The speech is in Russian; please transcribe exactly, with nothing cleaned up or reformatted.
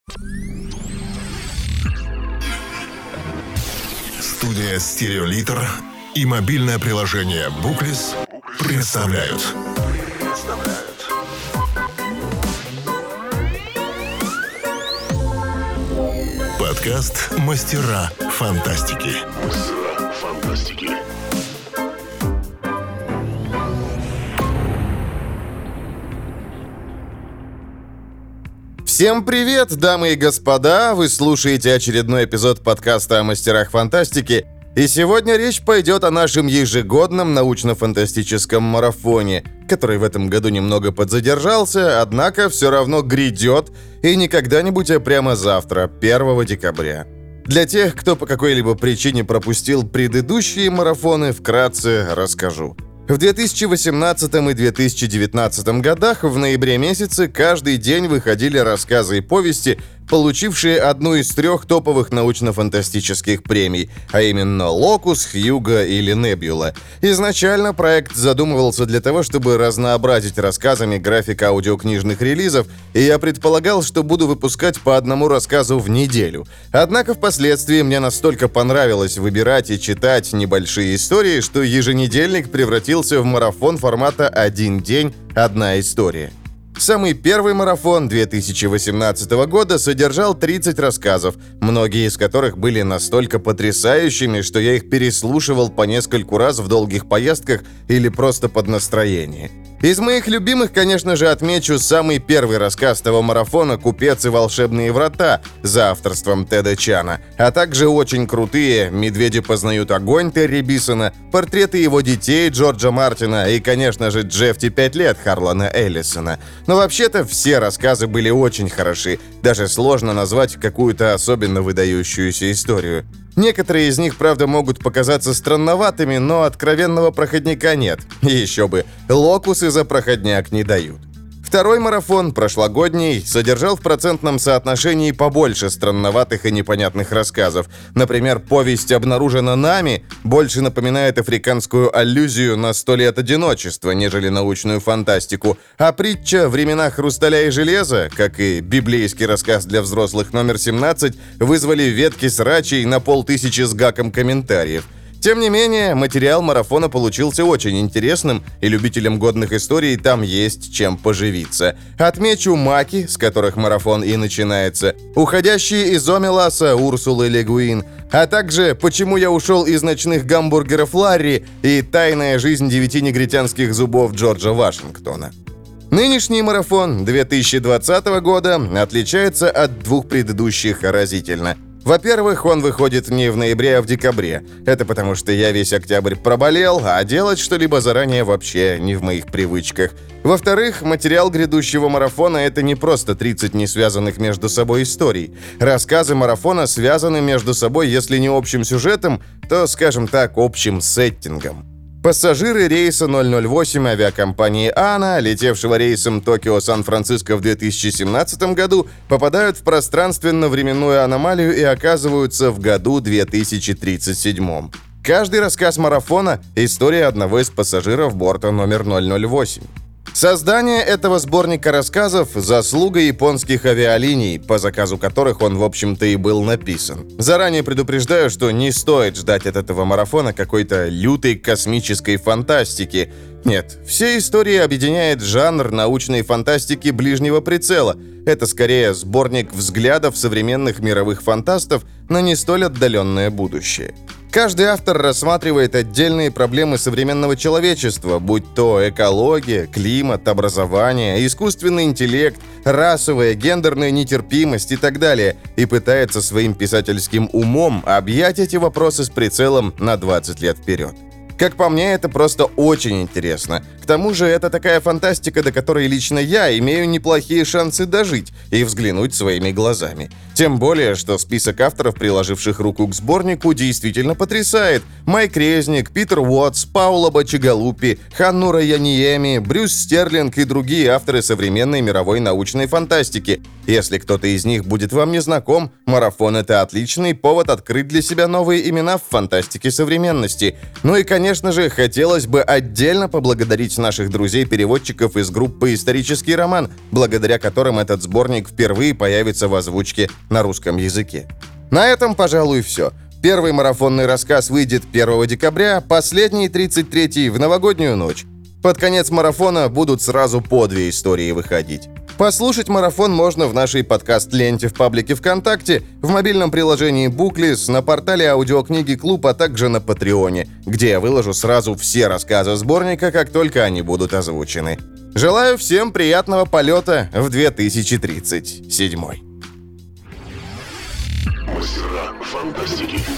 Студия «Стереолитр» и мобильное приложение «Буклис» представляют. Подкаст «Мастера фантастики». Мастера фантастики. Всем привет, дамы и господа! Вы слушаете очередной эпизод подкаста о мастерах фантастики, и сегодня речь пойдет о нашем ежегодном научно-фантастическом марафоне, который в этом году немного подзадержался, однако все равно грядет, и не когда-нибудь, а прямо завтра, первого декабря. Для тех, кто по какой-либо причине пропустил предыдущие марафоны, вкратце расскажу. В две тысячи восемнадцатом и две тысячи девятнадцатом годах в ноябре месяце каждый день выходили рассказы и повести, получившие одну из трех топовых научно-фантастических премий, а именно «Локус», «Хьюго» или «Небюла». Изначально проект задумывался для того, чтобы разнообразить рассказами график аудиокнижных релизов, и я предполагал, что буду выпускать по одному рассказу в неделю. Однако впоследствии мне настолько понравилось выбирать и читать небольшие истории, что еженедельник превратился в марафон формата «Один день, одна история». Самый первый марафон две тысячи восемнадцатого года содержал тридцать рассказов, многие из которых были настолько потрясающими, что я их переслушивал по нескольку раз в долгих поездках или просто под настроение. Из моих любимых, конечно же, отмечу самый первый рассказ того марафона «Купец и волшебные врата» за авторством Теда Чана, а также очень крутые «Медведи познают огонь» Терри Бисона, портреты его детей Джорджа Мартина и, конечно же, Джеффти пять лет Харлана Эллисона. Но вообще-то все рассказы были очень хороши, даже сложно назвать какую-то особенно выдающуюся историю. Некоторые из них, правда, могут показаться странноватыми, но откровенного проходняка нет. И еще бы, локусы за проходняк не дают. Второй марафон, прошлогодний, содержал в процентном соотношении побольше странноватых и непонятных рассказов. Например, повесть «Обнаружена нами» больше напоминает африканскую аллюзию на сто лет одиночества, нежели научную фантастику, а притча «Времена хрусталя и железа», как и библейский рассказ для взрослых номер семнадцать, вызвали ветки срачей на полтысячи с гаком комментариев. Тем не менее, материал марафона получился очень интересным, и любителям годных историй там есть чем поживиться. Отмечу «Маки», с которых марафон и начинается, «Уходящие из Омеласа» Урсулы Ле Гуин, а также «Почему я ушел из ночных гамбургеров Ларри» и «Тайная жизнь девяти негритянских зубов Джорджа Вашингтона». Нынешний марафон две тысячи двадцатого года отличается от двух предыдущих разительно. Во-первых, он выходит не в ноябре, а в декабре. Это потому, что я весь октябрь проболел, а делать что-либо заранее вообще не в моих привычках. Во-вторых, материал грядущего марафона — это не просто тридцать не связанных между собой историй. Рассказы марафона связаны между собой, если не общим сюжетом, то, скажем так, общим сеттингом. Пассажиры рейса ноль ноль восемь авиакомпании «Ана», летевшего рейсом Токио-Сан-Франциско в две тысячи семнадцатом году, попадают в пространственно-временную аномалию и оказываются в году две тысячи тридцать седьмом. Каждый рассказ марафона — история одного из пассажиров борта номер ноль ноль восемь. Создание этого сборника рассказов – заслуга японских авиалиний, по заказу которых он, в общем-то, и был написан. Заранее предупреждаю, что не стоит ждать от этого марафона какой-то лютой космической фантастики. Нет, все истории объединяет жанр научной фантастики ближнего прицела. Это скорее сборник взглядов современных мировых фантастов на не столь отдаленное будущее. Каждый автор рассматривает отдельные проблемы современного человечества, будь то экология, климат, образование, искусственный интеллект, расовая, гендерная нетерпимость и так далее, и пытается своим писательским умом объять эти вопросы с прицелом на двадцать лет вперед. Как по мне, это просто очень интересно. К тому же, это такая фантастика, до которой лично я имею неплохие шансы дожить и взглянуть своими глазами. Тем более, что список авторов, приложивших руку к сборнику, действительно потрясает. Майк Резник, Питер Уотс, Паоло Бачигалуппи, Ханнура Яниеми, Брюс Стерлинг и другие авторы современной мировой научной фантастики. Если кто-то из них будет вам не знаком, марафон — это отличный повод открыть для себя новые имена в фантастике современности. Ну и, конечно, конечно же, хотелось бы отдельно поблагодарить наших друзей-переводчиков из группы «Исторический роман», благодаря которым этот сборник впервые появится в озвучке на русском языке. На этом, пожалуй, все. Первый марафонный рассказ выйдет первого декабря, последний, тридцать третий, в новогоднюю ночь. Под конец марафона будут сразу по две истории выходить. Послушать марафон можно в нашей подкаст-ленте в паблике ВКонтакте, в мобильном приложении Booklist, на портале аудиокниги Клуб, а также на Патреоне, где я выложу сразу все рассказы сборника, как только они будут озвучены. Желаю всем приятного полета в две тысячи тридцать седьмой. Мастера фантастики.